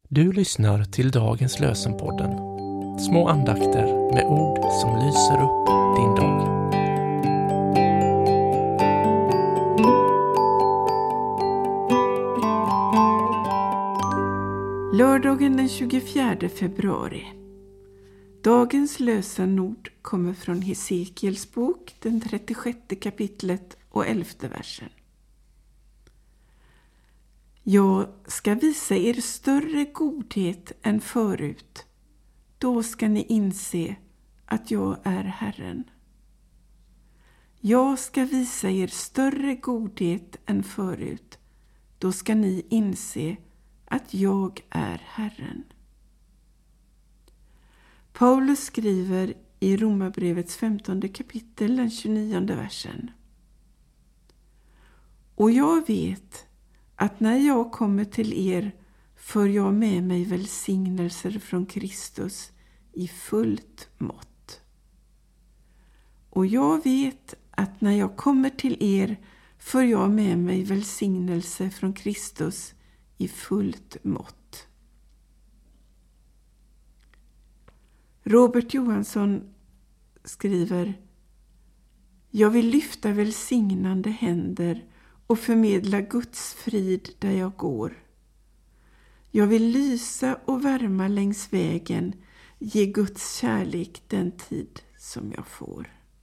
Du lyssnar till dagens lösenpodden. Små andakter med ord som lyser upp din dag. Lördagen den 24 februari. Dagens lösenord kommer från Hesekiels bok, den 36 kapitlet och 11:e versen. Jag ska visa er större godhet än förut. Då ska ni inse att jag är Herren. Jag ska visa er större godhet än förut. Då ska ni inse att jag är Herren. Paulus skriver i Romarbrevets 15:e kapitel, den 29:e versen. Och jag vet att när jag kommer till er för jag med mig välsignelser från Kristus i fullt mått. Och jag vet att när jag kommer till er för jag med mig välsignelse från Kristus i fullt mått. Robert Johansson skriver: Jag vill lyfta välsignande händer och förmedla Guds frid där jag går. Jag vill lysa och värma längs vägen, ge Guds kärlek den tid som jag får.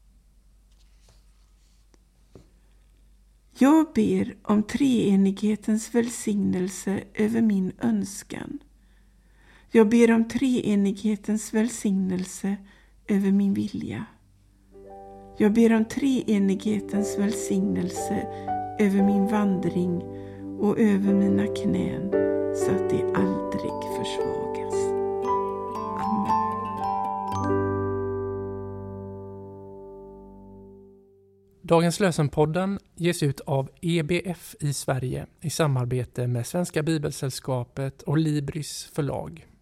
Jag ber om treenighetens välsignelse över min önskan. Jag ber om treenighetens välsignelse över min vilja. Jag ber om treenighetens välsignelse över min vandring och över mina knän så att det aldrig försvagas. Amen. Dagens lösenpodden ges ut av EBF i Sverige i samarbete med Svenska Bibelsällskapet och Libris förlag.